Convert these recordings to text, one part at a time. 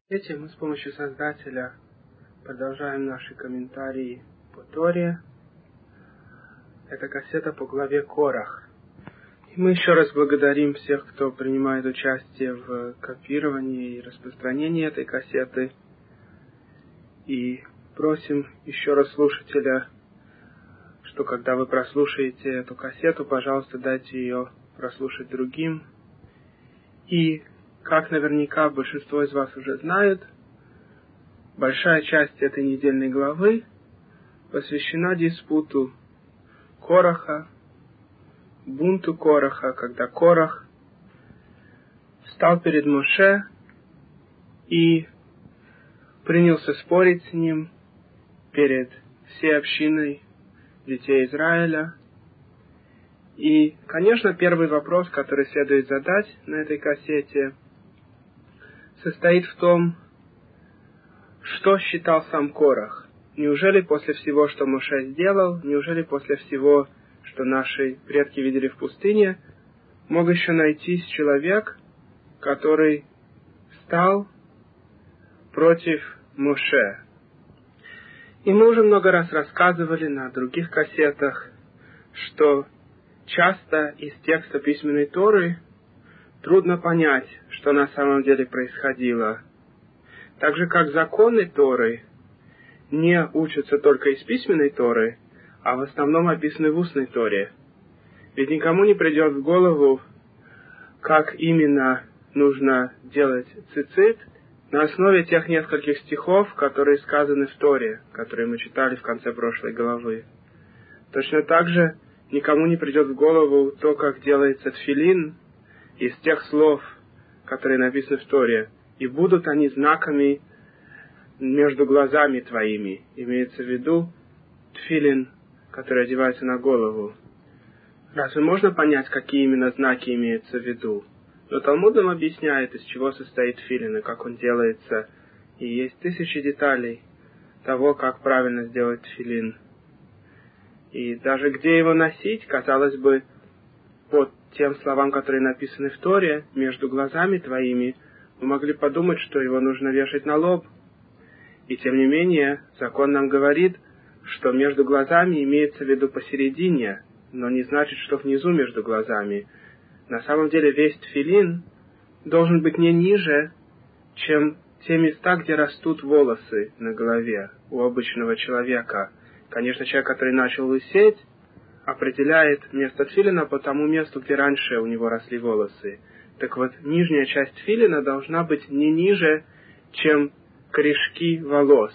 Этим мы с помощью Создателя продолжаем наши комментарии по Торе. Это кассета по главе Корах. И мы еще раз благодарим всех, кто принимает участие в копировании и распространении этой кассеты. И просим еще раз слушателя, что когда вы прослушаете эту кассету, пожалуйста, дайте ее прослушать другим. И как наверняка большинство из вас уже знает, большая часть этой недельной главы посвящена диспуту Кораха, бунту Кораха, когда Корах встал перед Моше и принялся спорить с ним перед всей общиной детей Израиля. И, конечно, первый вопрос, который следует задать на этой кассете, состоит в том, что считал сам Корах. Неужели после всего, что Моше сделал, неужели после всего, что наши предки видели в пустыне, мог еще найтись человек, который стал против Моше? И мы уже много раз рассказывали на других кассетах, что часто из текста письменной Торы трудно понять, что на самом деле происходило. Так же, как законы Торы не учатся только из письменной Торы, а в основном описаны в устной Торе. Ведь никому не придет в голову, как именно нужно делать цицит на основе тех нескольких стихов, которые сказаны в Торе, которые мы читали в конце прошлой главы. Точно так же никому не придет в голову то, как делается тфилин из тех слов, которые написаны в Торе, и будут они знаками между глазами твоими. Имеется в виду тфилин, который одевается на голову. Разве можно понять, какие именно знаки имеются в виду? Но Талмуд нам объясняет, из чего состоит тфилин и как он делается. И есть тысячи деталей того, как правильно сделать тфилин. И даже где его носить, казалось бы, по тем словам, которые написаны в Торе, между глазами твоими, мы могли подумать, что его нужно вешать на лоб. И тем не менее, закон нам говорит, что между глазами имеется в виду посередине, но не значит, что внизу между глазами. На самом деле весь тфилин должен быть не ниже, чем те места, где растут волосы на голове у обычного человека. Конечно, человек, который начал лысеть, определяет место тфилина по тому месту, где раньше у него росли волосы. Так вот, нижняя часть тфилина должна быть не ниже, чем корешки волос.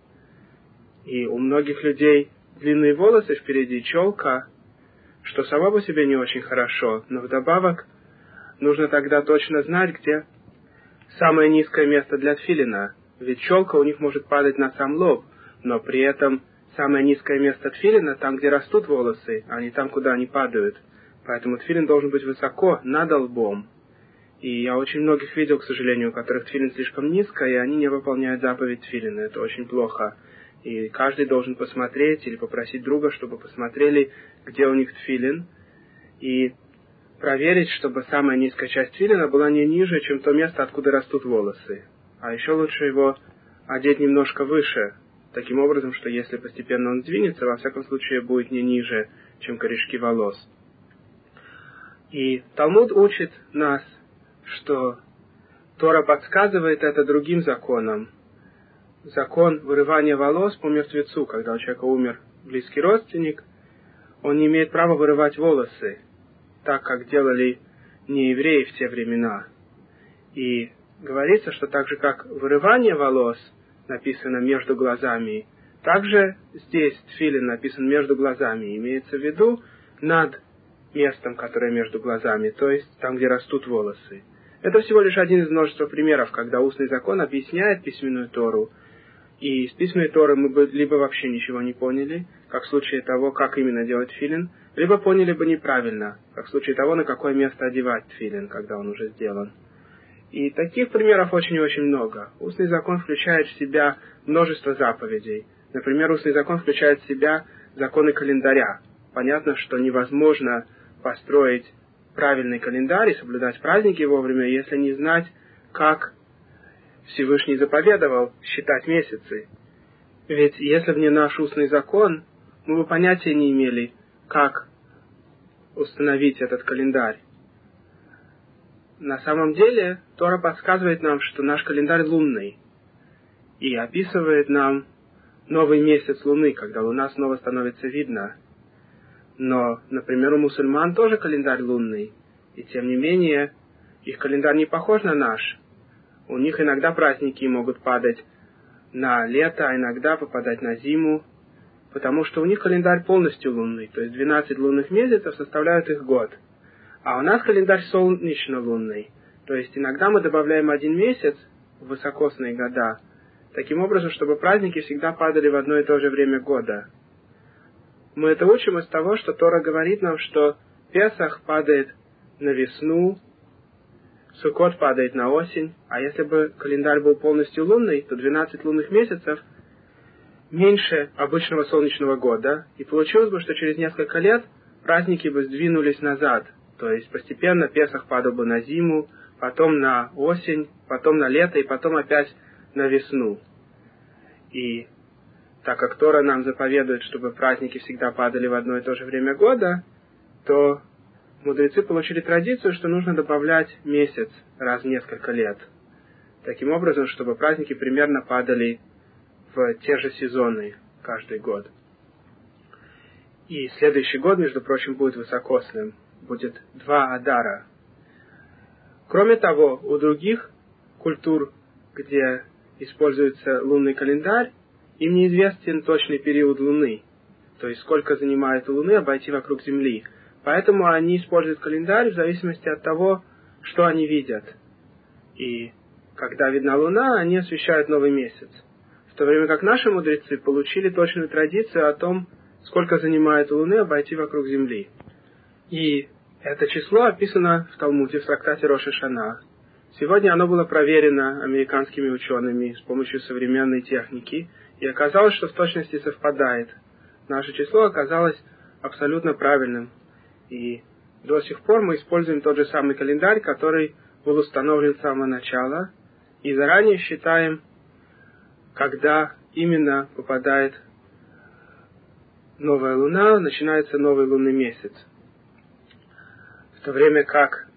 И у многих людей длинные волосы впереди, челка, что само по себе не очень хорошо, но вдобавок нужно тогда точно знать, где самое низкое место для тфилина. Ведь челка у них может падать на сам лоб, но при этом самое низкое место тфилина там, где растут волосы, а не там, куда они падают. Поэтому тфилин должен быть высоко, над лбом. И я очень многих видел, к сожалению, у которых тфилин слишком низко, и они не выполняют заповедь тфилина. Это очень плохо. И каждый должен посмотреть или попросить друга, чтобы посмотрели, где у них тфилин, и проверить, чтобы самая низкая часть тфилина была не ниже, чем то место, откуда растут волосы. А еще лучше его одеть немножко выше, таким образом, что если постепенно он сдвинется, во всяком случае будет не ниже, чем корешки волос. И Талмуд учит нас, что Тора подсказывает это другим законам. Закон вырывания волос по мертвецу, когда у человека умер близкий родственник, он не имеет права вырывать волосы, так как делали неевреи в те времена. И говорится, что так же, как вырывание волос написано между глазами, также здесь тфилин написан между глазами, имеется в виду над местом, которое между глазами, то есть там, где растут волосы. Это всего лишь один из множества примеров, когда устный закон объясняет письменную Тору, и из письменной Торы мы бы либо вообще ничего не поняли, как в случае того, как именно делать тфилин, либо поняли бы неправильно, как в случае того, на какое место одевать тфилин, когда он уже сделан. И таких примеров очень и очень много. Устный закон включает в себя множество заповедей. Например, устный закон включает в себя законы календаря. Понятно, что невозможно построить правильный календарь и соблюдать праздники вовремя, если не знать, как Всевышний заповедовал считать месяцы. Ведь если бы не наш устный закон, мы бы понятия не имели, как установить этот календарь. На самом деле, Тора подсказывает нам, что наш календарь лунный, и описывает нам новый месяц Луны, когда Луна снова становится видна. Но, например, у мусульман тоже календарь лунный, и тем не менее, их календарь не похож на наш. У них иногда праздники могут падать на лето, а иногда попадать на зиму, потому что у них календарь полностью лунный, то есть 12 лунных месяцев составляют их год. А у нас календарь солнечно-лунный, то есть иногда мы добавляем один месяц в высокосные года, таким образом, чтобы праздники всегда падали в одно и то же время года. Мы это учим из того, что Тора говорит нам, что Песах падает на весну, Суккот падает на осень, а если бы календарь был полностью лунный, то 12 лунных месяцев меньше обычного солнечного года, и получилось бы, что через несколько лет праздники бы сдвинулись назад, то есть постепенно Песах падал бы на зиму, потом на осень, потом на лето и потом опять на весну. И так как Тора нам заповедует, чтобы праздники всегда падали в одно и то же время года, то мудрецы получили традицию, что нужно добавлять месяц раз в несколько лет. Таким образом, чтобы праздники примерно падали в те же сезоны каждый год. И следующий год, между прочим, будет высокосным. Будет 2 Адара. Кроме того, у других культур, где используется лунный календарь, им неизвестен точный период Луны, то есть сколько занимает у Луны обойти вокруг Земли. Поэтому они используют календарь в зависимости от того, что они видят. И когда видна Луна, они освещают новый месяц. В то время как наши мудрецы получили точную традицию о том, сколько занимает у Луны обойти вокруг Земли. И это число описано в Талмуде, в трактате Рош ха-Шана. Сегодня оно было проверено американскими учеными с помощью современной техники, и оказалось, что в точности совпадает. Наше число оказалось абсолютно правильным. И до сих пор мы используем тот же самый календарь, который был установлен с самого начала, и заранее считаем, когда именно попадает новая луна, начинается новый лунный месяц. В то время как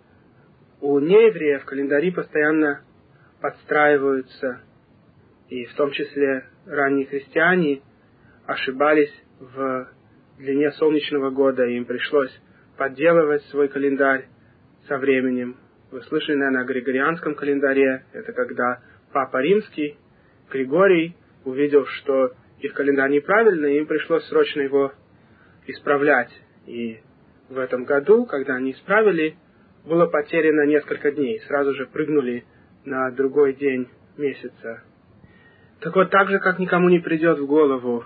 у неевреев календари постоянно подстраиваются, и в том числе ранние христиане ошибались в длине солнечного года, и им пришлось подделывать свой календарь со временем. Вы слышали, наверное, о Григорианском календаре. Это когда Папа Римский, Григорий, увидел, что их календарь неправильный, и им пришлось срочно его исправлять. И в этом году, когда они исправили, было потеряно несколько дней. Сразу же прыгнули на другой день месяца. Так вот, так же, как никому не придет в голову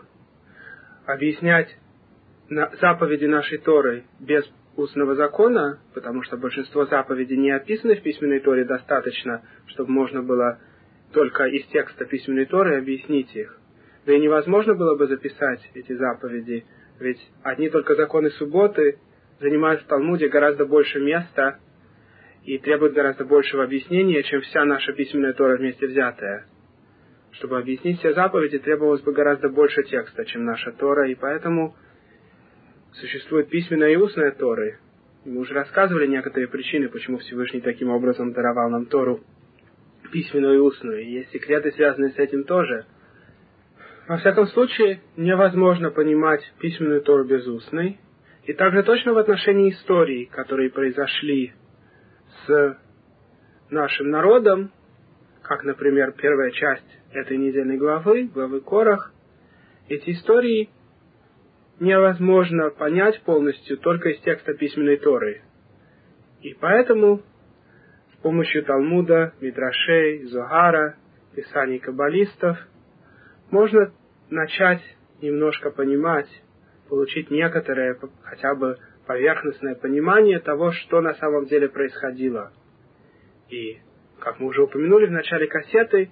объяснять заповеди нашей Торы без устного закона, потому что большинство заповедей не описаны в письменной Торе достаточно, чтобы можно было только из текста письменной Торы объяснить их. Да и невозможно было бы записать эти заповеди, ведь одни только законы субботы занимают в Талмуде гораздо больше места и требуют гораздо большего объяснения, чем вся наша письменная Тора вместе взятая. Чтобы объяснить все заповеди, требовалось бы гораздо больше текста, чем наша Тора, и поэтому существует письменная и устная Торы. Мы уже рассказывали некоторые причины, почему Всевышний таким образом даровал нам Тору письменную и устную. И есть секреты, связанные с этим тоже. Во всяком случае, невозможно понимать письменную Тору без устной. И также точно в отношении историй, которые произошли с нашим народом, как, например, первая часть этой недельной главы Корах, эти истории невозможно понять полностью только из текста письменной Торы. И поэтому с помощью Талмуда, Мидрашей, Зоара, писаний каббалистов можно начать немножко понимать, получить некоторое, хотя бы поверхностное понимание того, что на самом деле происходило. И, как мы уже упомянули в начале кассеты,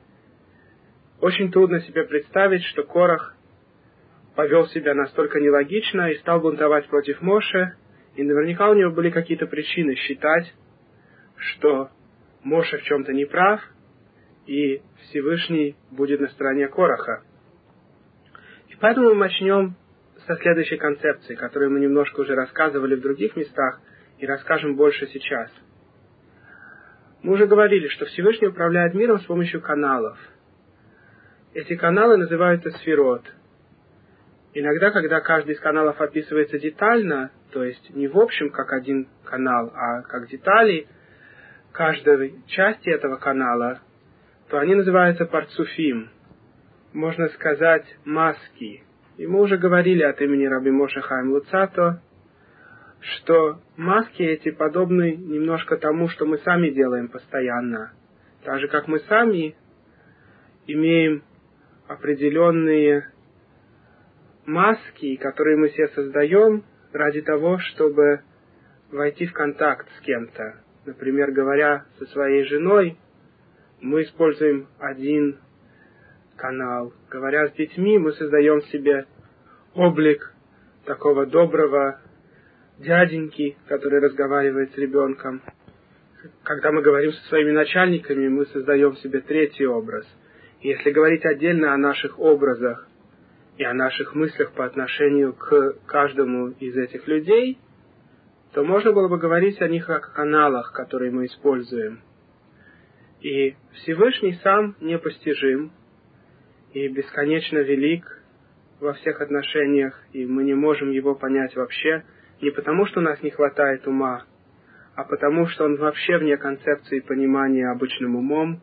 очень трудно себе представить, что Корах повел себя настолько нелогично и стал бунтовать против Моше, и наверняка у него были какие-то причины считать, что Моше в чем-то не прав, и Всевышний будет на стороне Кораха. И поэтому мы начнем со следующей концепции, которую мы немножко уже рассказывали в других местах, и расскажем больше сейчас. Мы уже говорили, что Всевышний управляет миром с помощью каналов. Эти каналы называются сферот. Иногда, когда каждый из каналов описывается детально, то есть не в общем, как один канал, а как детали каждой части этого канала, то они называются парцуфим. Можно сказать, маски. И мы уже говорили от имени Раби Моше Хаим Луцато, что маски эти подобны немножко тому, что мы сами делаем постоянно. Так же, как мы сами имеем определенные маски, которые мы себе создаем ради того, чтобы войти в контакт с кем-то. Например, говоря со своей женой, мы используем один канал. Говоря с детьми, мы создаем себе облик такого доброго дяденьки, который разговаривает с ребенком. Когда мы говорим со своими начальниками, мы создаем себе третий образ. И если говорить отдельно о наших образах и о наших мыслях по отношению к каждому из этих людей, то можно было бы говорить о них как о каналах, которые мы используем. И Всевышний сам непостижим и бесконечно велик во всех отношениях, и мы не можем его понять вообще, не потому, что у нас не хватает ума, а потому, что он вообще вне концепции понимания обычным умом.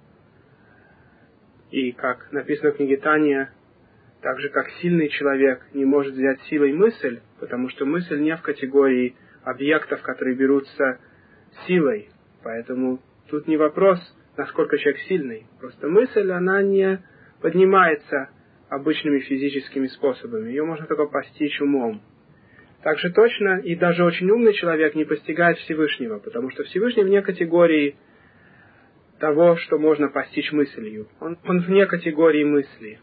И, как написано в книге Тания, так же, как сильный человек не может взять силой мысль, потому что мысль не в категории объектов, которые берутся силой. Поэтому тут не вопрос, насколько человек сильный. Просто мысль, она не поднимается обычными физическими способами. Ее можно только постичь умом. Так же точно и даже очень умный человек не постигает Всевышнего, потому что Всевышний вне категории того, что можно постичь мыслью. Он вне категории мысли.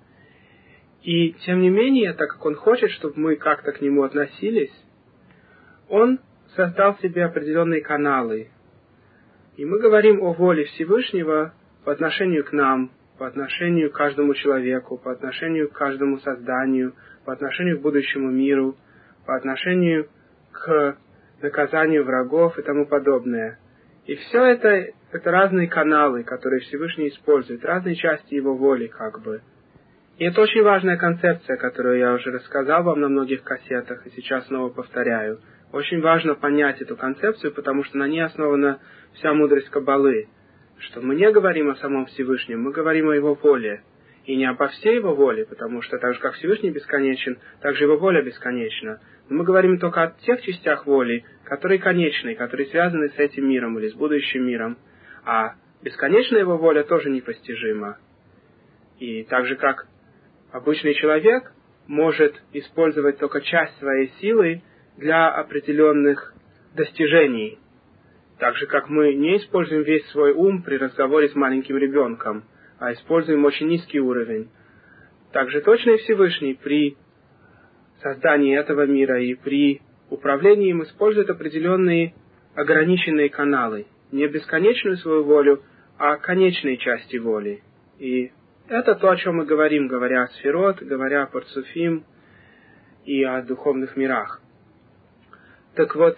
И тем не менее, так как он хочет, чтобы мы как-то к нему относились, он создал себе определенные каналы. И мы говорим о воле Всевышнего по отношению к нам, по отношению к каждому человеку, по отношению к каждому созданию, по отношению к будущему миру, по отношению к наказанию врагов и тому подобное. И все это разные каналы, которые Всевышний использует, разные части его воли как бы. И это очень важная концепция, которую я уже рассказал вам на многих кассетах, и сейчас снова повторяю. Очень важно понять эту концепцию, потому что на ней основана вся мудрость Каббалы. Что мы не говорим о самом Всевышнем, мы говорим о его воле. И не обо всей его воле, потому что так же, как Всевышний бесконечен, так же его воля бесконечна. Но мы говорим только о тех частях воли, которые конечны, которые связаны с этим миром или с будущим миром. А бесконечная его воля тоже непостижима. И так же, как обычный человек может использовать только часть своей силы для определенных достижений. Так же, как мы не используем весь свой ум при разговоре с маленьким ребенком, а используем очень низкий уровень. Так же точно и Всевышний при создании этого мира и при управлении им использует определенные ограниченные каналы. Не бесконечную свою волю, а конечные части воли. И это то, о чем мы говорим, говоря о сферот, говоря о парцуфим и о духовных мирах. Так вот,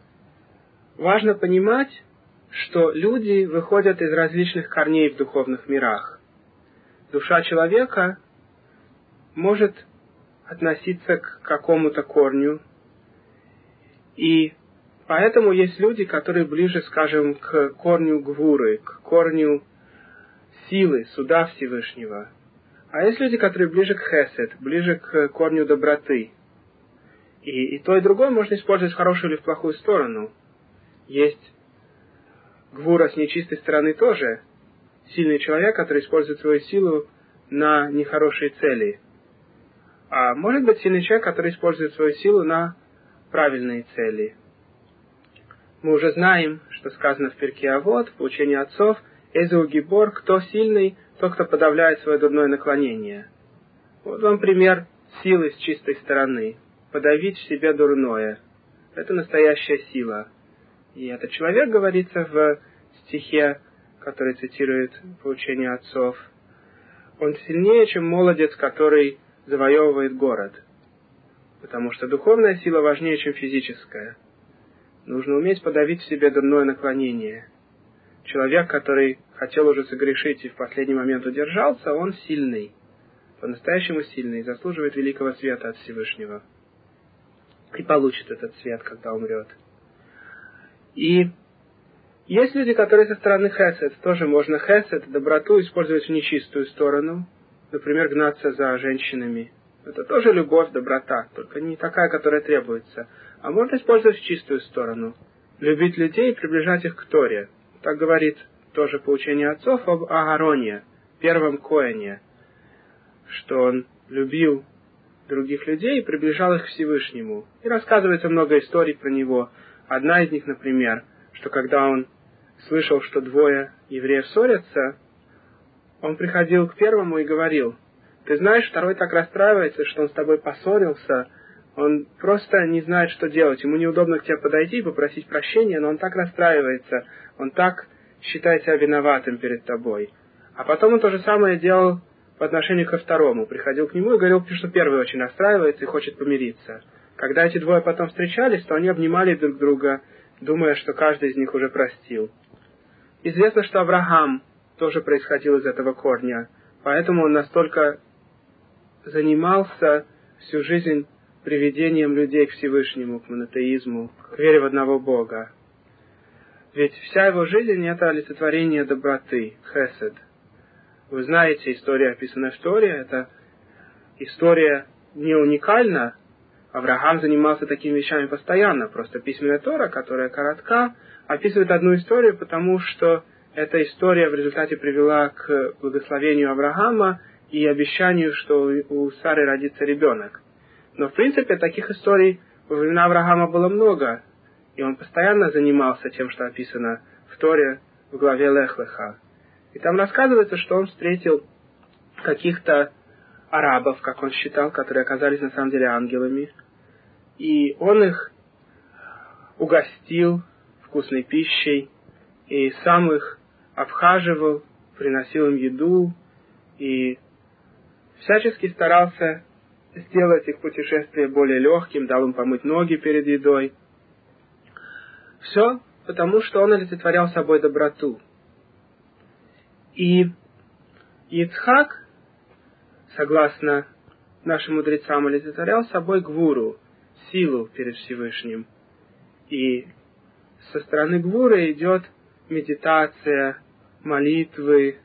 важно понимать, что люди выходят из различных корней в духовных мирах. Душа человека может относиться к какому-то корню, и поэтому есть люди, которые ближе, скажем, к корню гвуры, к корню силы, суда Всевышнего. А есть люди, которые ближе к хесед, ближе к корню доброты. И то, и другое можно использовать в хорошую или в плохую сторону. Есть гвура с нечистой стороны тоже. Сильный человек, который использует свою силу на нехорошие цели. А может быть сильный человек, который использует свою силу на правильные цели. Мы уже знаем, что сказано в Перке Авот, в учении отцов, «Эзеу гибор», кто сильный, тот, кто подавляет свое дурное наклонение. Вот вам пример силы с чистой стороны. Подавить в себе дурное. Это настоящая сила. И этот человек, говорится в стихе, который цитирует поучение отцов, он сильнее, чем молодец, который завоевывает город. Потому что духовная сила важнее, чем физическая. Нужно уметь подавить в себе дурное наклонение. Человек, который хотел уже согрешить и в последний момент удержался, он сильный, по-настоящему сильный, заслуживает великого света от Всевышнего. И получит этот свет, когда умрет. И есть люди, которые со стороны хесед, тоже можно хесед, доброту использовать в нечистую сторону, например, гнаться за женщинами. Это тоже любовь, доброта, только не такая, которая требуется. А можно использовать в чистую сторону. Любить людей и приближать их к Торе. Так говорит тоже поучение отцов об Аароне, первом коэне, что он любил других людей и приближал их к Всевышнему. И рассказывается много историй про него. Одна из них, например, что когда он слышал, что двое евреев ссорятся, он приходил к первому и говорил: «Ты знаешь, второй так расстраивается, что он с тобой поссорился, он просто не знает, что делать, ему неудобно к тебе подойти и попросить прощения, но он так расстраивается, он так считает себя виноватым перед тобой». А потом он то же самое делал по отношению ко второму, приходил к нему и говорил, что первый очень расстраивается и хочет помириться. Когда эти двое потом встречались, то они обнимали друг друга, думая, что каждый из них уже простил. Известно, что Авраам тоже происходил из этого корня, поэтому он настолько занимался всю жизнь приведением людей к Всевышнему, к монотеизму, к вере в одного Бога. Ведь вся его жизнь — это олицетворение доброты, хесед. Вы знаете, история, описанная в Торе, эта история не уникальна. Авраам занимался такими вещами постоянно. Просто письменная Тора, которая коротка, описывает одну историю, потому что эта история в результате привела к благословению Авраама и обещанию, что у Сары родится ребенок. Но в принципе таких историй во времена Авраама было много, и он постоянно занимался тем, что описано в Торе в главе Лех-Леха. И там рассказывается, что он встретил каких-то арабов, как он считал, которые оказались на самом деле ангелами, и он их угостил вкусной пищей, и сам их обхаживал, приносил им еду, и всячески старался сделать их путешествие более легким, дал им помыть ноги перед едой. Все потому, что он олицетворял собой доброту. И Ицхак, согласно нашим мудрецам, олицетворял собой гвуру, силу перед Всевышним. И со стороны гвуры идет медитация, молитвы,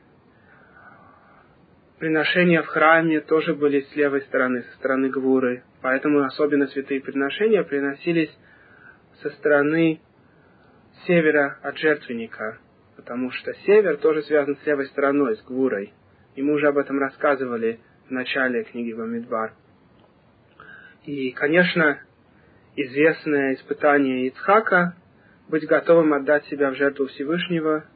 приношения в храме тоже были с левой стороны, со стороны гвуры. Поэтому особенно святые приношения приносились со стороны севера от жертвенника, потому что север тоже связан с левой стороной, с гвурой. И мы уже об этом рассказывали в начале книги Бамидбар. И, конечно, известное испытание Ицхака — быть готовым отдать себя в жертву Всевышнего.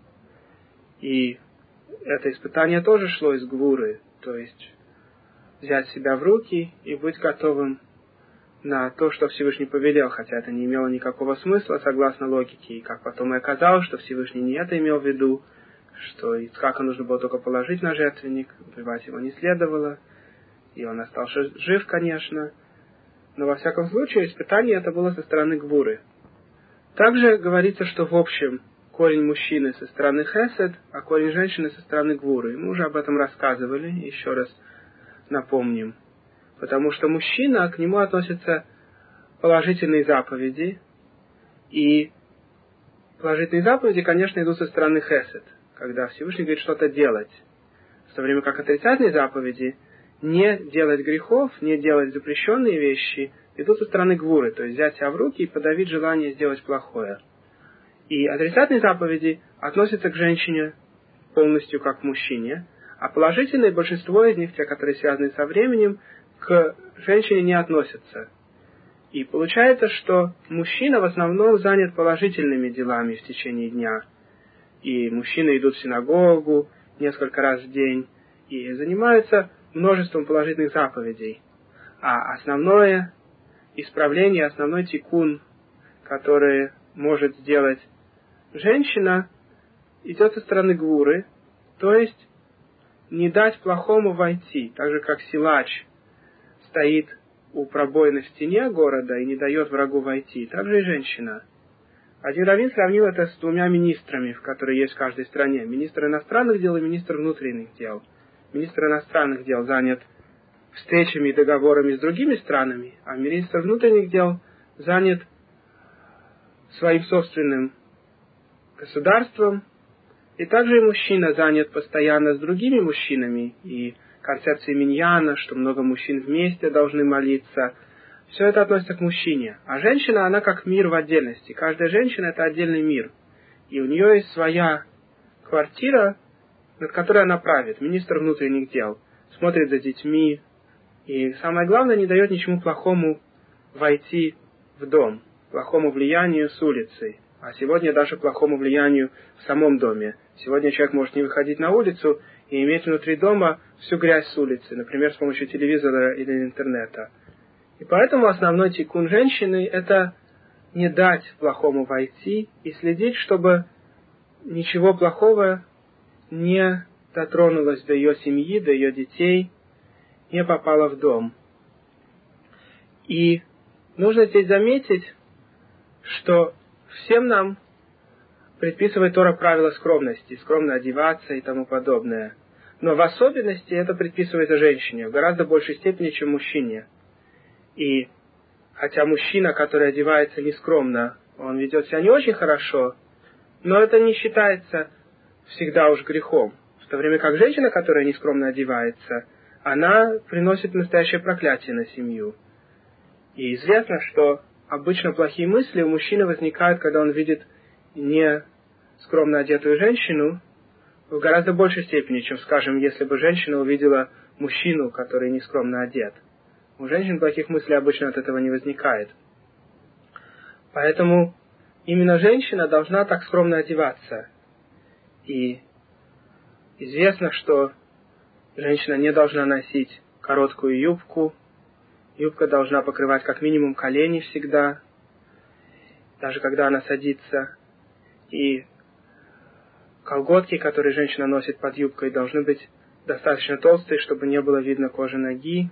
И это испытание тоже шло из гвуры, то есть взять себя в руки и быть готовым на то, что Всевышний повелел, хотя это не имело никакого смысла, согласно логике. И как потом и оказалось, что Всевышний не это имел в виду, что Ицхака нужно было только положить на жертвенник, убивать его не следовало, и он остался жив, конечно. Но во всяком случае, испытание это было со стороны гвуры. Также говорится, что в общем корень мужчины со стороны хесед, а корень женщины со стороны гвуры. Мы уже об этом рассказывали, еще раз напомним. Потому что мужчина, к нему относятся положительные заповеди, и положительные заповеди, конечно, идут со стороны хесед, когда Всевышний говорит что-то делать. В то время как отрицательные заповеди, не делать грехов, не делать запрещенные вещи, идут со стороны гвуры, то есть взять себя в руки и подавить желание сделать плохое. И отрицательные заповеди относятся к женщине полностью как к мужчине, а положительные, большинство из них, те, которые связаны со временем, к женщине не относятся. И получается, что мужчина в основном занят положительными делами в течение дня. И мужчины идут в синагогу несколько раз в день и занимаются множеством положительных заповедей. А основное исправление, основной тикун, который может сделать женщина, идет со стороны гвуры, то есть не дать плохому войти, так же как силач стоит у пробоины в стене города и не дает врагу войти, так же и женщина. Один раввин сравнил это с двумя министрами, которые есть в каждой стране. Министр иностранных дел и министр внутренних дел. Министр иностранных дел занят встречами и договорами с другими странами, а министр внутренних дел занят своим собственным государством. И также и мужчина занят постоянно с другими мужчинами, и концепция миньяна, что много мужчин вместе должны молиться, все это относится к мужчине. А женщина, она как мир в отдельности. Каждая женщина — это отдельный мир. И у нее есть своя квартира, над которой она правит, министр внутренних дел, смотрит за детьми, и самое главное, не дает ничему плохому войти в дом, плохому влиянию с улицы, а сегодня даже плохому влиянию в самом доме. Сегодня человек может не выходить на улицу и иметь внутри дома всю грязь с улицы, например, с помощью телевизора или интернета. И поэтому основной тикун женщины — это не дать плохому войти и следить, чтобы ничего плохого не дотронулось до ее семьи, до ее детей, не попало в дом. И нужно здесь заметить, что всем нам предписывает Тора правила скромности, скромно одеваться и тому подобное. Но в особенности это предписывается женщине, в гораздо большей степени, чем мужчине. И хотя мужчина, который одевается нескромно, он ведет себя не очень хорошо, но это не считается всегда уж грехом. В то время как женщина, которая нескромно одевается, она приносит настоящее проклятие на семью. И известно, что обычно плохие мысли у мужчины возникают, когда он видит не скромно одетую женщину, в гораздо большей степени, чем, скажем, если бы женщина увидела мужчину, который нескромно одет. У женщин плохих мыслей обычно от этого не возникает. Поэтому именно женщина должна так скромно одеваться. И известно, что женщина не должна носить короткую юбку. Юбка должна покрывать как минимум колени всегда, даже когда она садится. И колготки, которые женщина носит под юбкой, должны быть достаточно толстые, чтобы не было видно кожи ноги.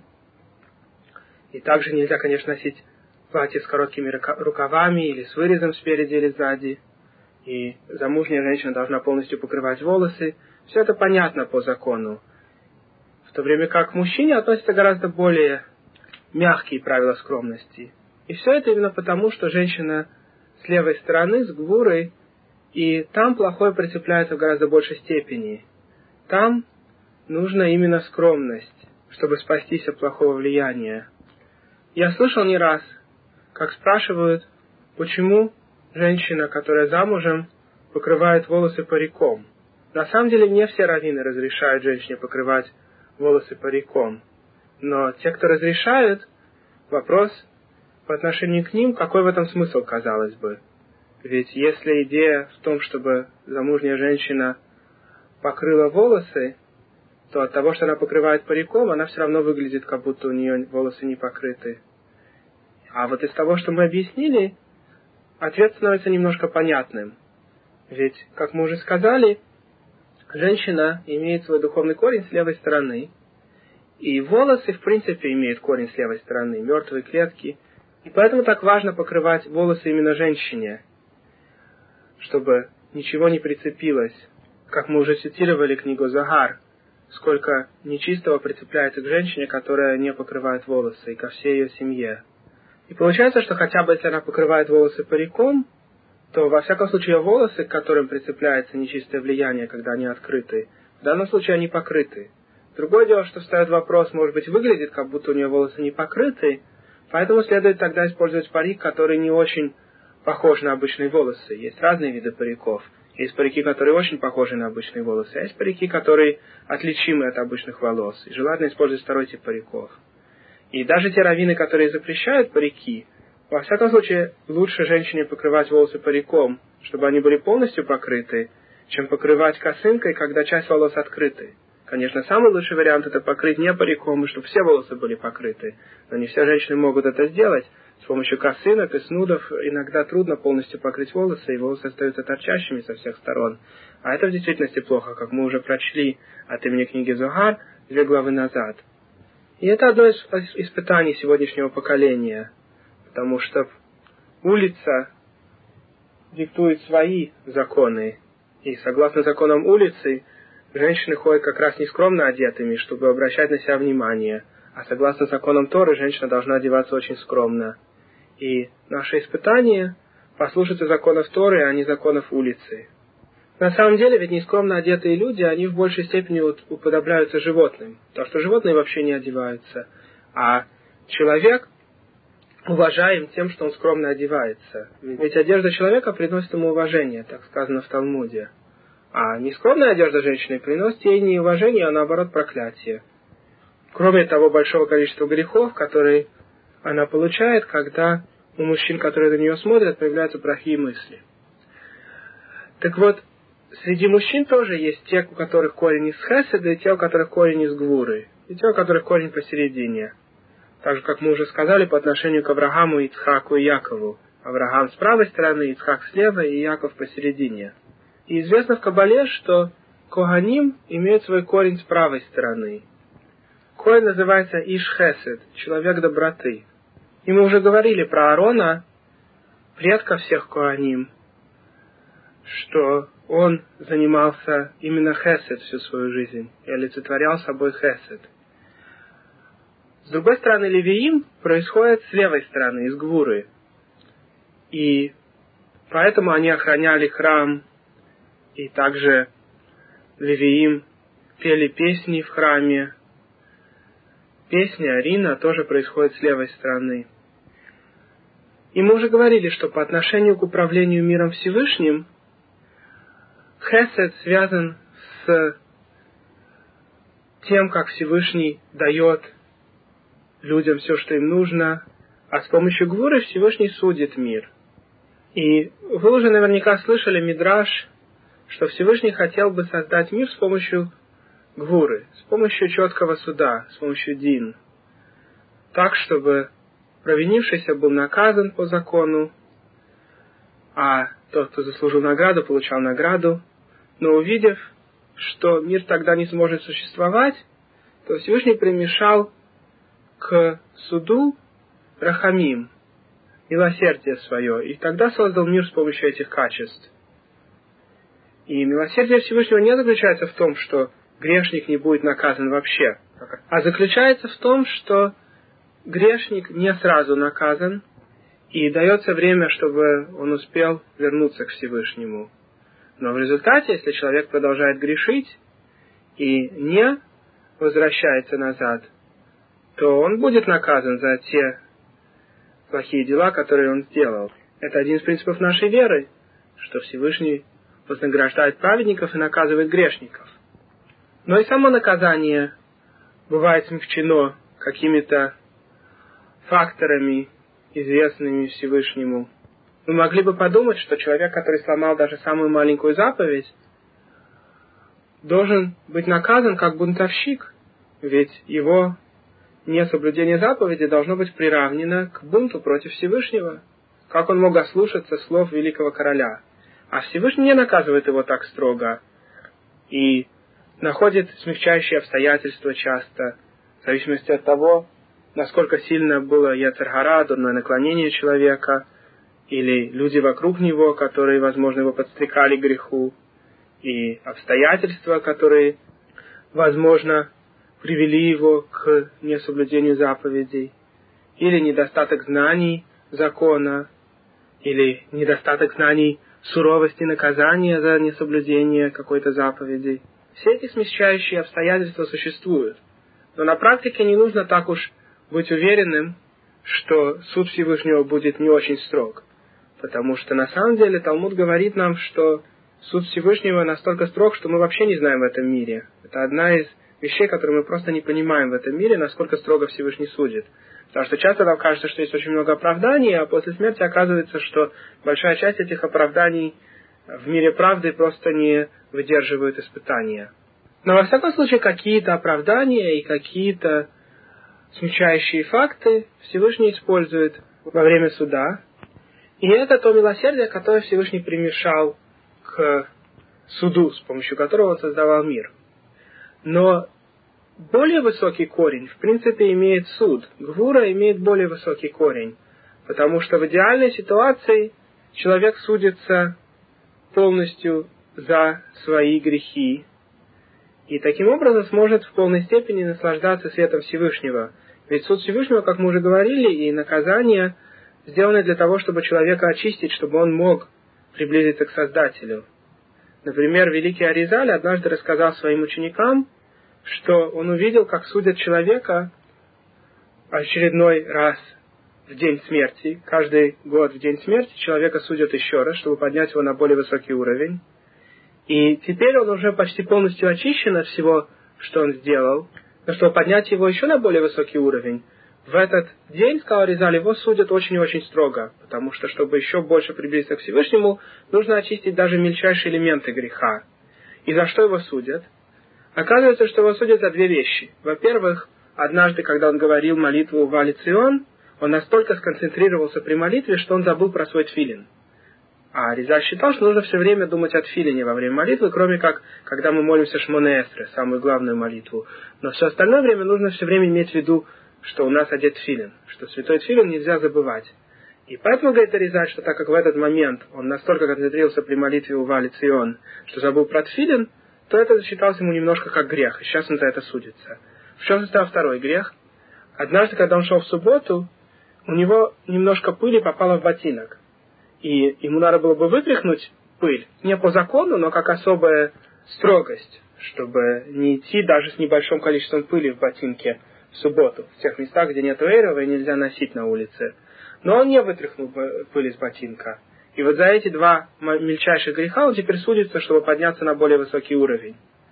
И также нельзя, конечно, носить платье с короткими рукавами или с вырезом спереди или сзади. И замужняя женщина должна полностью покрывать волосы. Все это понятно по закону. В то время как к мужчине относятся гораздо более мягкие правила скромности. И все это именно потому, что женщина с левой стороны, с гвурой, и там плохое прицепляется в гораздо большей степени. Там нужна именно скромность, чтобы спастись от плохого влияния. Я слышал не раз, как спрашивают, почему женщина, которая замужем, покрывает волосы париком. На самом деле не все раввины разрешают женщине покрывать волосы париком. Но те, кто разрешают, вопрос по отношению к ним, какой в этом смысл, казалось бы. Ведь если идея в том, чтобы замужняя женщина покрыла волосы, то от того, что она покрывает париком, она все равно выглядит, как будто у нее волосы не покрыты. А вот из того, что мы объяснили, ответ становится немножко понятным. Ведь, как мы уже сказали, женщина имеет свой духовный корень с левой стороны, и волосы, в принципе, имеют корень с левой стороны, мертвые клетки. И поэтому так важно покрывать волосы именно женщине, чтобы ничего не прицепилось. Как мы уже цитировали книгу Загар, сколько нечистого прицепляется к женщине, которая не покрывает волосы, и ко всей ее семье. И получается, что хотя бы если она покрывает волосы париком, то во всяком случае волосы, к которым прицепляется нечистое влияние, когда они открыты, в данном случае они покрыты. Другое дело, что встает вопрос, может быть, выглядит, как будто у нее волосы не покрыты, поэтому следует тогда использовать парик, который не очень похож на обычные волосы. Есть разные виды париков. Есть парики, которые очень похожи на обычные волосы, а есть парики, которые отличимы от обычных волос. И желательно использовать второй тип париков. И даже те раввины, которые запрещают парики, во всяком случае, лучше женщине покрывать волосы париком, чтобы они были полностью покрыты, чем покрывать косынкой, когда часть волос открыты. Конечно, самый лучший вариант — это покрыть не париком, и чтобы все волосы были покрыты. Но не все женщины могут это сделать. С помощью косынок и снудов иногда трудно полностью покрыть волосы, и волосы остаются торчащими со всех сторон. А это в действительности плохо, как мы уже прочли от имени книги Зоар 2 главы назад. И это одно из испытаний сегодняшнего поколения, потому что улица диктует свои законы, и согласно законам улицы, женщины ходят как раз нескромно одетыми, чтобы обращать на себя внимание, а согласно законам Торы, женщина должна одеваться очень скромно. И наше испытание – послушаться законов Торы, а не законов улицы. На самом деле, ведь нескромно одетые люди, они в большей степени уподобляются животным, потому что животные вообще не одеваются, а человек уважаем тем, что он скромно одевается. Ведь одежда человека приносит ему уважение, так сказано в Талмуде. А нескромная одежда женщины приносит ей не уважение, а наоборот проклятие. Кроме того большого количества грехов, которые она получает, когда у мужчин, которые на нее смотрят, появляются плохие мысли. Так вот, среди мужчин тоже есть те, у которых корень из хеседа, и те, у которых корень из гвуры, и те, у которых корень посередине. Так же, как мы уже сказали, по отношению к Аврааму, Ицхаку и Якову. Авраам с правой стороны, Ицхак слева и Яков посередине. И известно в Кабале, что Коганим имеет свой корень с правой стороны. Коэн называется Иш-Хесед, человек доброты. И мы уже говорили про Аарона, предка всех Коаним, что он занимался именно Хесед всю свою жизнь и олицетворял собой Хесед. С другой стороны, Левиим происходит с левой стороны, из Гвуры. И поэтому они охраняли храм, и также Левиим пели песни в храме. Песня Арина тоже происходит с левой стороны. И мы уже говорили, что по отношению к управлению миром Всевышним, Хесед связан с тем, как Всевышний дает людям все, что им нужно, а с помощью Гвуры Всевышний судит мир. И вы уже наверняка слышали мидраш, что Всевышний хотел бы создать мир с помощью Гвуры, с помощью четкого суда, с помощью дин, так, чтобы провинившийся был наказан по закону, а тот, кто заслужил награду, получал награду. Но увидев, что мир тогда не сможет существовать, то Всевышний примешал к суду рахамим, милосердие свое, и тогда создал мир с помощью этих качеств. И милосердие Всевышнего не заключается в том, что грешник не будет наказан вообще, а заключается в том, что грешник не сразу наказан, и дается время, чтобы он успел вернуться к Всевышнему. Но в результате, если человек продолжает грешить и не возвращается назад, то он будет наказан за те плохие дела, которые он сделал. Это один из принципов нашей веры, что Всевышний вознаграждает праведников и наказывает грешников. Но и само наказание бывает смягчено какими-то факторами, известными Всевышнему. Мы могли бы подумать, что человек, который сломал даже самую маленькую заповедь, должен быть наказан как бунтовщик, ведь его несоблюдение заповеди должно быть приравнено к бунту против Всевышнего. Как он мог ослушаться слов великого короля? А Всевышний не наказывает его так строго и находит смягчающие обстоятельства часто, в зависимости от того, насколько сильно было яцер гара, дурное наклонение человека, или люди вокруг него, которые, возможно, его подстрекали к греху, и обстоятельства, которые, возможно, привели его к несоблюдению заповедей, или недостаток знаний закона, или недостаток знаний суровости наказания за несоблюдение какой-то заповеди. Все эти смягчающие обстоятельства существуют. Но на практике не нужно так уж быть уверенным, что суд Всевышнего будет не очень строг. Потому что на самом деле Талмуд говорит нам, что суд Всевышнего настолько строг, что мы вообще не знаем в этом мире. Это одна из вещей, которые мы просто не понимаем в этом мире, насколько строго Всевышний судит. Потому что часто нам кажется, что есть очень много оправданий, а после смерти оказывается, что большая часть этих оправданий в мире правды просто не выдерживают испытания. Но во всяком случае, какие-то оправдания и какие-то смягчающие факты Всевышний использует во время суда. И это то милосердие, которое Всевышний примешал к суду, с помощью которого он создавал мир. Но более высокий корень, в принципе, имеет суд. Гвура имеет более высокий корень, потому что в идеальной ситуации человек судится полностью за свои грехи, и таким образом сможет в полной степени наслаждаться светом Всевышнего. Ведь суд Всевышнего, как мы уже говорили, и наказание сделаны для того, чтобы человека очистить, чтобы он мог приблизиться к Создателю. Например, великий Аризаль однажды рассказал своим ученикам, что он увидел, как судят человека очередной раз в день смерти. Каждый год в день смерти человека судят еще раз, чтобы поднять его на более высокий уровень. И теперь он уже почти полностью очищен от всего, что он сделал. Но чтобы поднять его еще на более высокий уровень, в этот день, сказал Аризаль, его судят очень и очень строго, потому что, чтобы еще больше приблизиться к Всевышнему, нужно очистить даже мельчайшие элементы греха. И за что его судят? Оказывается, что его судят за две вещи. Во-первых, однажды, когда он говорил молитву Вали Цион, он настолько сконцентрировался при молитве, что он забыл про свой тфилин. А Аризаль считал, что нужно все время думать о тфилине во время молитвы, кроме как, когда мы молимся Шмоне Эсре, самую главную молитву. Но все остальное время нужно все время иметь в виду, что у нас одет тфилин, что святой тфилин нельзя забывать. И поэтому, говорит Аризаль, что так как в этот момент он настолько концентрировался при молитве у Вали Цион, что забыл про тфилин, то это считалось ему немножко как грех, и сейчас он за это судится. В чем состоял второй грех? Однажды, когда он шел в субботу, у него немножко пыли попало в ботинок. И ему надо было бы вытряхнуть пыль, не по закону, но как особая строгость, чтобы не идти даже с небольшим количеством пыли в ботинке в субботу, в тех местах, где нет эйрова и нельзя носить на улице. Но он не вытряхнул пыль из ботинка. И вот за эти два мельчайших греха он теперь судится, чтобы подняться на более высокий уровень.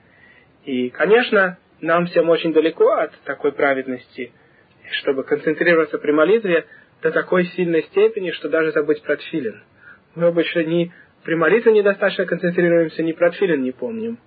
И, конечно, нам всем очень далеко от такой праведности, чтобы концентрироваться при молитве до такой сильной степени, что даже забыть про тфилин. Мы обычно ни при молитве недостаточно концентрируемся, ни про тфилин не помним.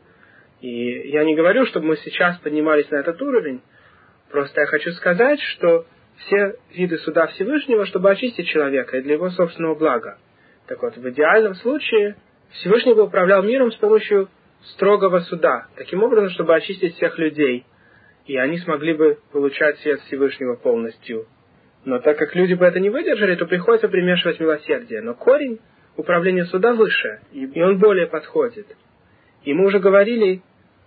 И я не говорю, чтобы мы сейчас поднимались на этот уровень, просто я хочу сказать, что все виды суда Всевышнего, чтобы очистить человека и для его собственного блага. Так вот, в идеальном случае Всевышний бы управлял миром с помощью строгого суда, таким образом, чтобы очистить всех людей, и они смогли бы получать свет Всевышнего полностью. Но так как люди бы это не выдержали, то приходится примешивать милосердие. Но корень управления суда выше, и он более подходит. И мы уже говорили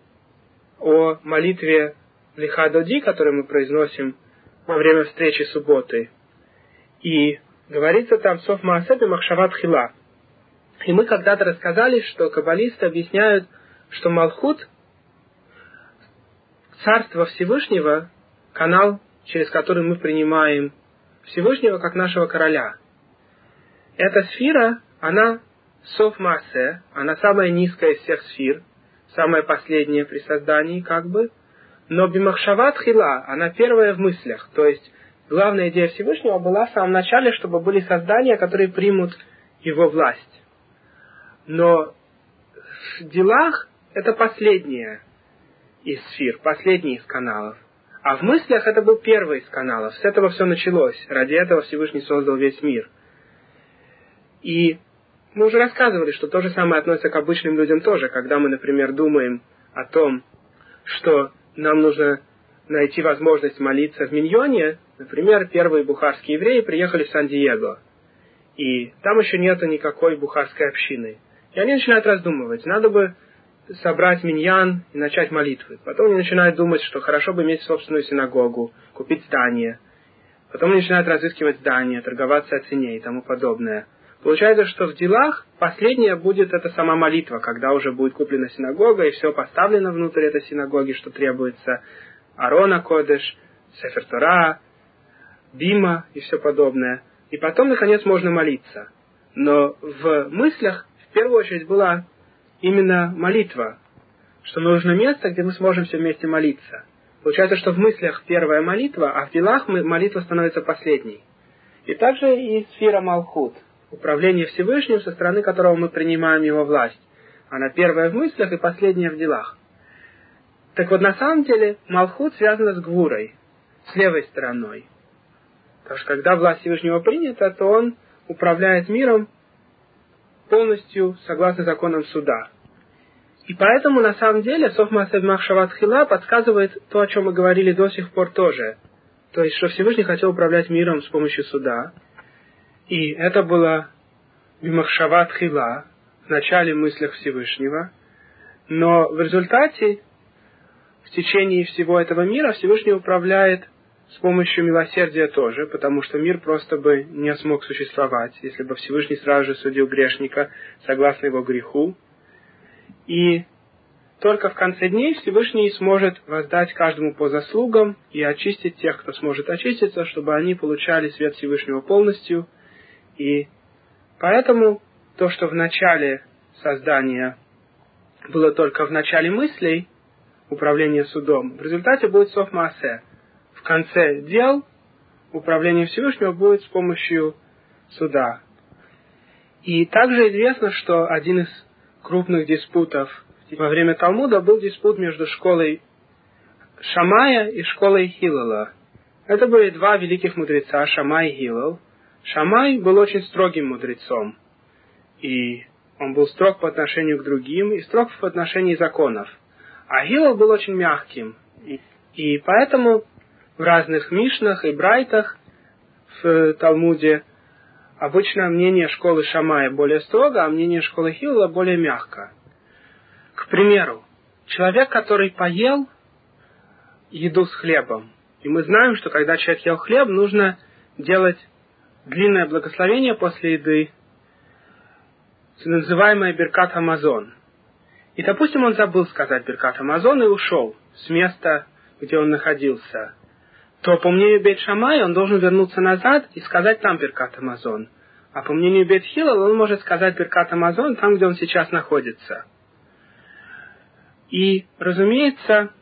о молитве Лиха Доди, которую мы произносим во время встречи субботы. И говорится там «Соф Маасе бимахшава тхила». И мы когда-то рассказали, что каббалисты объясняют, что Малхут, Царство Всевышнего, канал, через который мы принимаем Всевышнего как нашего короля. Эта сфера, она Соф Маасе, она самая низкая из всех сфер, самая последняя при создании, как бы, но бимахшава тхила, она первая в мыслях, то есть главная идея Всевышнего была в самом начале, чтобы были создания, которые примут его власть. Но в делах это последняя из сфер, последний из каналов. А в мыслях это был первый из каналов. С этого все началось. Ради этого Всевышний создал весь мир. И мы уже рассказывали, что то же самое относится к обычным людям тоже. Когда мы, например, думаем о том, что нам нужно найти возможность молиться в Миньоне, например, первые бухарские евреи приехали в Сан-Диего. И там еще нету никакой бухарской общины. И они начинают раздумывать. Надо бы собрать миньян и начать молитвы. Потом они начинают думать, что хорошо бы иметь собственную синагогу, купить здание. Потом они начинают разыскивать здание, торговаться о цене и тому подобное. Получается, что в делах последнее будет это сама молитва, когда уже будет куплена синагога и все поставлено внутрь этой синагоги, что требуется. Арона Кодеш, Сефер Тора, Бима и все подобное. И потом, наконец, можно молиться. Но в мыслях в первую очередь была именно молитва, что нужно место, где мы сможем все вместе молиться. Получается, что в мыслях первая молитва, а в делах молитва становится последней. И также и сфера Малхут, управление Всевышним, со стороны которого мы принимаем его власть. Она первая в мыслях и последняя в делах. Так вот, на самом деле, Малхут связана с Гвурой, с левой стороной. Потому что когда власть Всевышнего принята, то он управляет миром полностью согласно законам суда. И поэтому, на самом деле, Соф Маасе Б'Махшава Тхила подсказывает то, о чем мы говорили до сих пор тоже. То есть, что Всевышний хотел управлять миром с помощью суда. И это было Б'Махшава Тхила, в начале мыслях Всевышнего. Но в результате, в течение всего этого мира, Всевышний управляет с помощью милосердия тоже, потому что мир просто бы не смог существовать, если бы Всевышний сразу же судил грешника согласно его греху. И только в конце дней Всевышний сможет воздать каждому по заслугам и очистить тех, кто сможет очиститься, чтобы они получали свет Всевышнего полностью. И поэтому то, что в начале создания было только в начале мыслей, управление судом, в результате будет Соф Маасе. В конце дел управление Всевышнего будет с помощью суда. И также известно, что один из крупных диспутов во время Талмуда был диспут между школой Шамая и школой Хилала. Это были два великих мудреца, Шамай и Хилал. Шамай был очень строгим мудрецом, и он был строг по отношению к другим и строг в отношении законов. А Хилал был очень мягким, и поэтому в разных мишнах и брайтах в Талмуде обычно мнение школы Шамая более строго, а мнение школы Хилала более мягко. К примеру, человек, который поел еду с хлебом, и мы знаем, что когда человек ел хлеб, нужно делать длинное благословение после еды, называемое Беркат Хамазон. И, допустим, он забыл сказать Беркат Хамазон и ушел с места, где он находился, то, по мнению Бейт Шамай, он должен вернуться назад и сказать там Беркат Хамазон. А по мнению Бейт Хилал, он может сказать Беркат Хамазон там, где он сейчас находится. И, разумеется,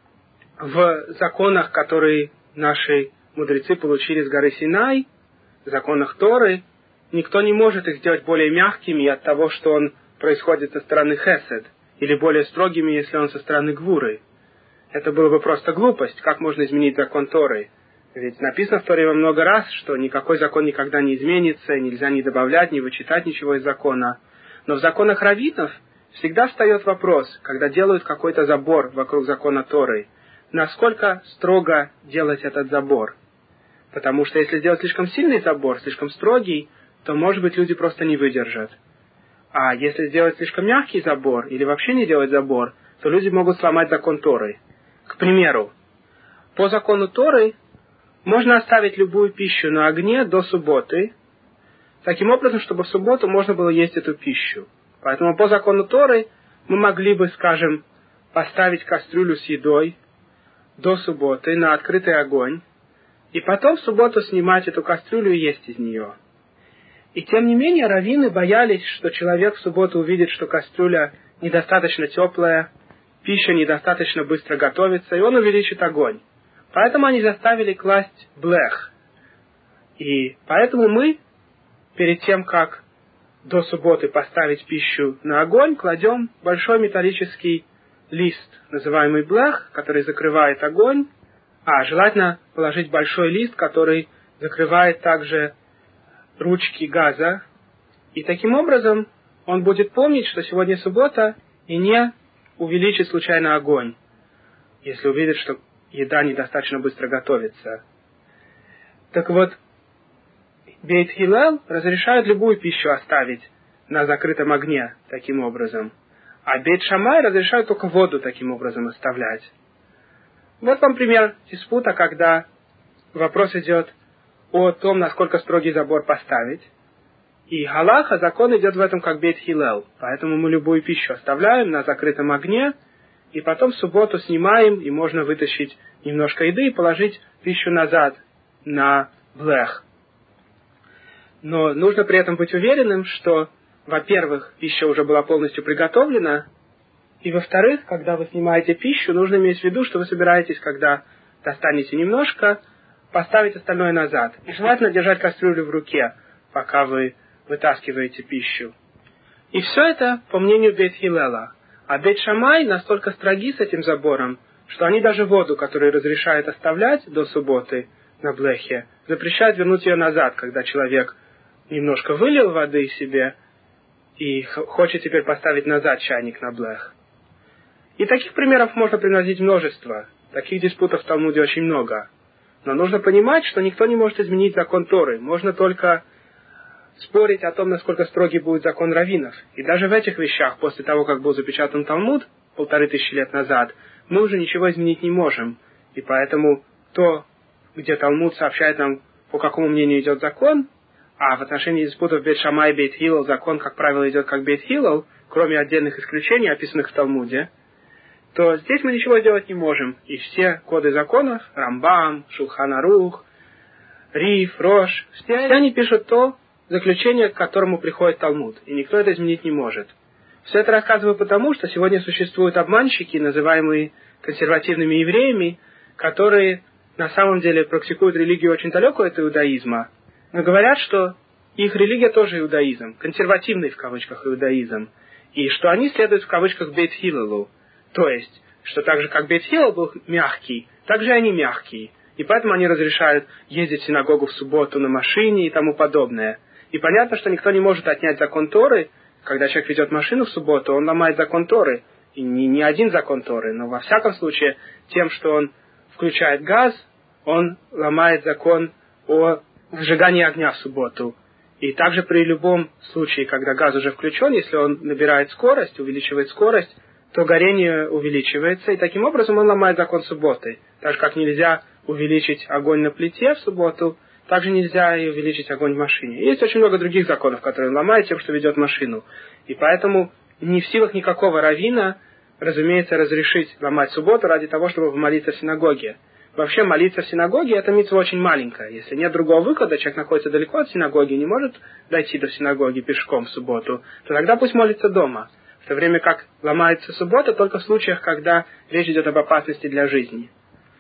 в законах, которые наши мудрецы получили с горы Синай, в законах Торы, никто не может их сделать более мягкими от того, что он происходит со стороны Хесед, или более строгими, если он со стороны Гвуры. Это было бы просто глупость. Как можно изменить закон Торы? Ведь написано в Торе во много раз, что никакой закон никогда не изменится, и нельзя ни добавлять, ни вычитать ничего из закона. Но в законах раввинов всегда встает вопрос, когда делают какой-то забор вокруг закона Торы, насколько строго делать этот забор. Потому что если сделать слишком сильный забор, слишком строгий, то, может быть, люди просто не выдержат. А если сделать слишком мягкий забор, или вообще не делать забор, то люди могут сломать закон Торы. К примеру, по закону Торы можно оставить любую пищу на огне до субботы, таким образом, чтобы в субботу можно было есть эту пищу. Поэтому по закону Торы мы могли бы, скажем, поставить кастрюлю с едой до субботы на открытый огонь, и потом в субботу снимать эту кастрюлю и есть из нее. И тем не менее раввины боялись, что человек в субботу увидит, что кастрюля недостаточно теплая, пища недостаточно быстро готовится, и он увеличит огонь. Поэтому они заставили класть блех. И поэтому мы, перед тем, как до субботы поставить пищу на огонь, кладем большой металлический лист, называемый блех, который закрывает огонь. Желательно положить большой лист, который закрывает также ручки газа. И таким образом он будет помнить, что сегодня суббота, и не увеличит случайно огонь, если увидит, что еда недостаточно быстро готовится. Так вот, Бейт Хилел разрешает любую пищу оставить на закрытом огне таким образом, а Бейт Шамай разрешает только воду таким образом оставлять. Вот вам пример диспута, когда вопрос идет о том, насколько строгий забор поставить. И галаха, закон идет в этом как Бейт Хилел. Поэтому мы любую пищу оставляем на закрытом огне, и потом в субботу снимаем, и можно вытащить немножко еды и положить пищу назад на блех. Но нужно при этом быть уверенным, что, во-первых, пища уже была полностью приготовлена, и, во-вторых, когда вы снимаете пищу, нужно иметь в виду, что вы собираетесь, когда достанете немножко, поставить остальное назад. И желательно держать кастрюлю в руке, пока вы вытаскиваете пищу. И все это по мнению Бейт Хилела. А Бейт Шамай настолько строги с этим забором, что они даже воду, которую разрешают оставлять до субботы, на блехе, запрещает вернуть ее назад, когда человек немножко вылил воды себе и хочет теперь поставить назад чайник на блех. И таких примеров можно приводить множество. Таких диспутов в Талмуде очень много. Но нужно понимать, что никто не может изменить закон Торы. Можно только спорить о том, насколько строгий будет закон раввинов. И даже в этих вещах, после того, как был запечатан Талмуд 1500 лет назад, мы уже ничего изменить не можем. И поэтому то, где Талмуд сообщает нам, по какому мнению идет закон, а в отношении диспутов Бейт Шамай и Бейт Хиллел закон, как правило, идет как Бейт Хиллел, кроме отдельных исключений, описанных в Талмуде, то здесь мы ничего сделать не можем. И все коды законов, Рамбам, Шулхан Арух, Риф, Рош, все они пишут то заключение, к которому приходит Талмуд. И никто это изменить не может. Все это рассказываю потому, что сегодня существуют обманщики, называемые консервативными евреями, которые на самом деле практикуют религию очень далекую от иудаизма, но говорят, что их религия тоже иудаизм, консервативный в кавычках иудаизм, и что они следуют в кавычках Бейт Хиллелу, то есть, что так же как Бейт Хиллел был мягкий, так же и они мягкие, и поэтому они разрешают ездить в синагогу в субботу на машине и тому подобное. И понятно, что никто не может отнять закон Торы. Когда человек ведет машину в субботу, он ломает закон Торы, и не один закон Торы, но во всяком случае тем, что он включает газ, он ломает закон о зажигании огня в субботу. И также при любом случае, когда газ уже включен, если он набирает скорость, увеличивает скорость, то горение увеличивается, и таким образом он ломает закон субботы. Так же, как нельзя увеличить огонь на плите в субботу, также нельзя и увеличить огонь в машине. Есть очень много других законов, которые он ломает тем, что ведет машину. И поэтому не в силах никакого раввина, разумеется, разрешить ломать субботу ради того, чтобы молиться в синагоге. Вообще молиться в синагоге — это мицва очень маленькая. Если нет другого выхода, человек находится далеко от синагоги, не может дойти до синагоги пешком в субботу, то тогда пусть молится дома. В то время как ломается суббота только в случаях, когда речь идет об опасности для жизни.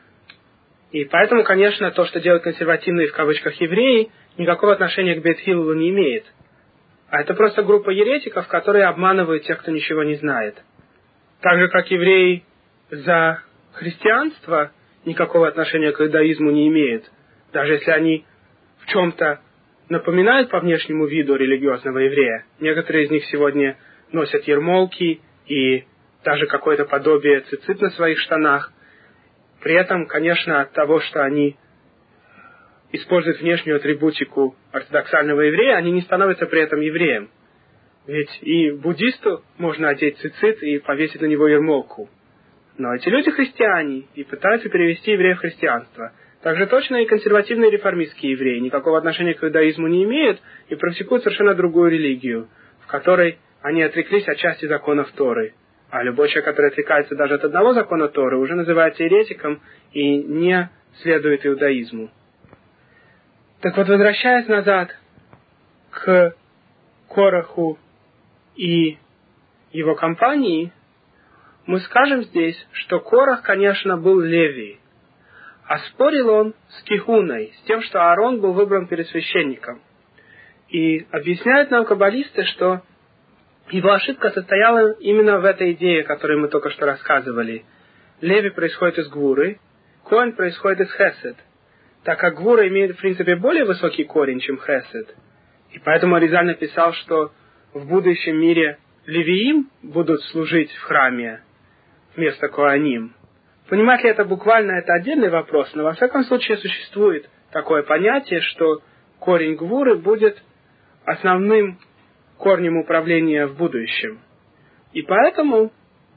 И поэтому, конечно, то, что делают консервативные в кавычках евреи, никакого отношения к Бейт Хиллелу не имеет. А это просто группа еретиков, которые обманывают тех, кто ничего не знает. Так же, как евреи за христианство никакого отношения к иудаизму не имеют, даже если они в чем-то напоминают по внешнему виду религиозного еврея. Некоторые из них сегодня носят ярмолки и даже какое-то подобие цицит на своих штанах. При этом, конечно, от того, что они используют внешнюю атрибутику ортодоксального еврея, они не становятся при этом евреем. Ведь и буддисту можно одеть цицит и повесить на него ярмолку. Но эти люди христиане и пытаются перевести евреев в христианство. Также точно и консервативные реформистские евреи никакого отношения к иудаизму не имеют и практикуют совершенно другую религию, в которой они отреклись от части законов Торы. А любой человек, который отрекается даже от одного закона Торы, уже называется еретиком и не следует иудаизму. Так вот, возвращаясь назад к Кораху и его компании, мы скажем здесь, что Корах, конечно, был Леви, а спорил он с Кихуной, с тем, что Аарон был выбран перед священником. И объясняют нам каббалисты, что его ошибка состояла именно в этой идее, о которой мы только что рассказывали. Леви происходит из Гвуры, Коэн происходит из Хесед, так как Гвура имеет, в принципе, более высокий корень, чем Хесед. И поэтому Аризаль написал, что в будущем мире Левиим будут служить в храме вместо Коаним. Понимать ли это буквально, это отдельный вопрос, но во всяком случае существует такое понятие, что корень Гвуры будет основным корнем управления в будущем. И поэтому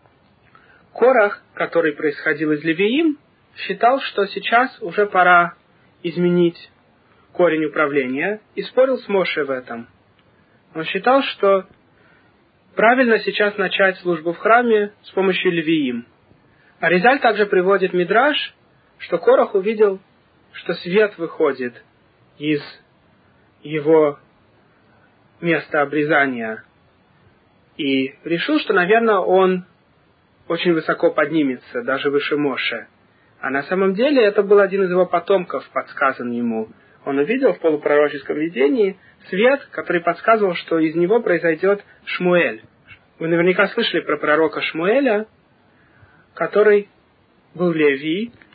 Корах, который происходил из Левиим, считал, что сейчас уже пора изменить корень управления, и спорил с Моше в этом. Он считал, что правильно сейчас начать службу в храме с помощью Левиим. Аризаль также приводит мидраш, что Корах увидел, что свет выходит из его места обрезания, и решил, что, наверное, он очень высоко поднимется, даже выше Моше. А на самом деле это был один из его потомков, подсказан ему. Он увидел в полупророческом видении свет, который подсказывал, что из него произойдет Шмуэль. Вы наверняка слышали про пророка Шмуэля, который был Леви,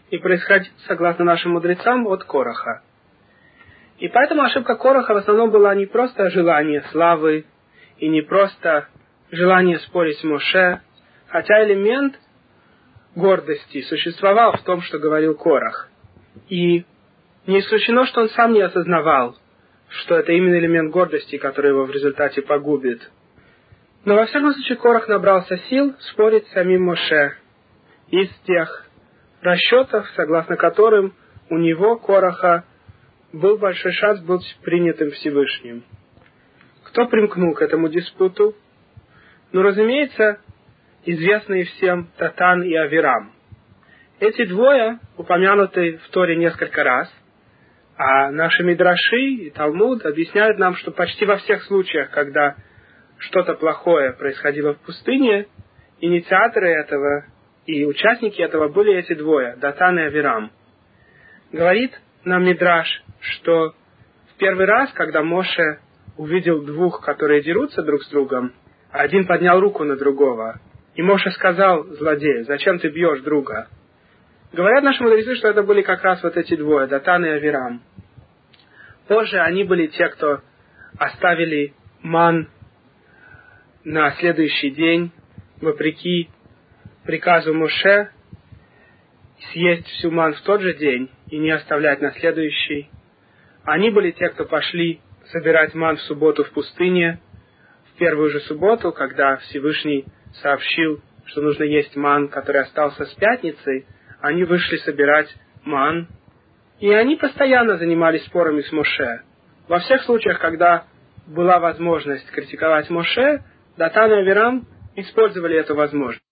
и происходил, согласно нашим мудрецам, от Кораха. И поэтому ошибка Кораха в основном была не просто желание славы и не просто желание спорить с Моше, хотя элемент гордости существовал в том, что говорил Корах. И не исключено, что он сам не осознавал, что это именно элемент гордости, который его в результате погубит. Но во всяком случае Корах набрался сил спорить с самим Моше из тех расчетов, согласно которым у него, Кораха, был большой шанс быть принятым Всевышним. Кто примкнул к этому диспуту? Ну, разумеется, известные всем Татан и Авирам. Эти двое упомянуты в Торе несколько раз, а наши мидраши и Талмуд объясняют нам, что почти во всех случаях, когда что-то плохое происходило в пустыне, инициаторы этого и участники этого были эти двое, Датан и Авирам. Говорит нам мидраш, что в первый раз, когда Моше увидел двух, которые дерутся друг с другом, один поднял руку на другого, и Моше сказал злодею: «Зачем ты бьешь друга?» Говорят наши мудрецы, что это были как раз вот эти двое, Датан и Авирам. Позже они были те, кто оставили ман на следующий день, вопреки приказу Моше, съесть всю ман в тот же день и не оставлять на следующий. Они были те, кто пошли собирать ман в субботу в пустыне, в первую же субботу, когда Всевышний сообщил, что нужно есть ман, который остался с пятницей. Они вышли собирать ман, и они постоянно занимались спорами с Моше. Во всех случаях, когда была возможность критиковать Моше, Датан и Авирам использовали эту возможность.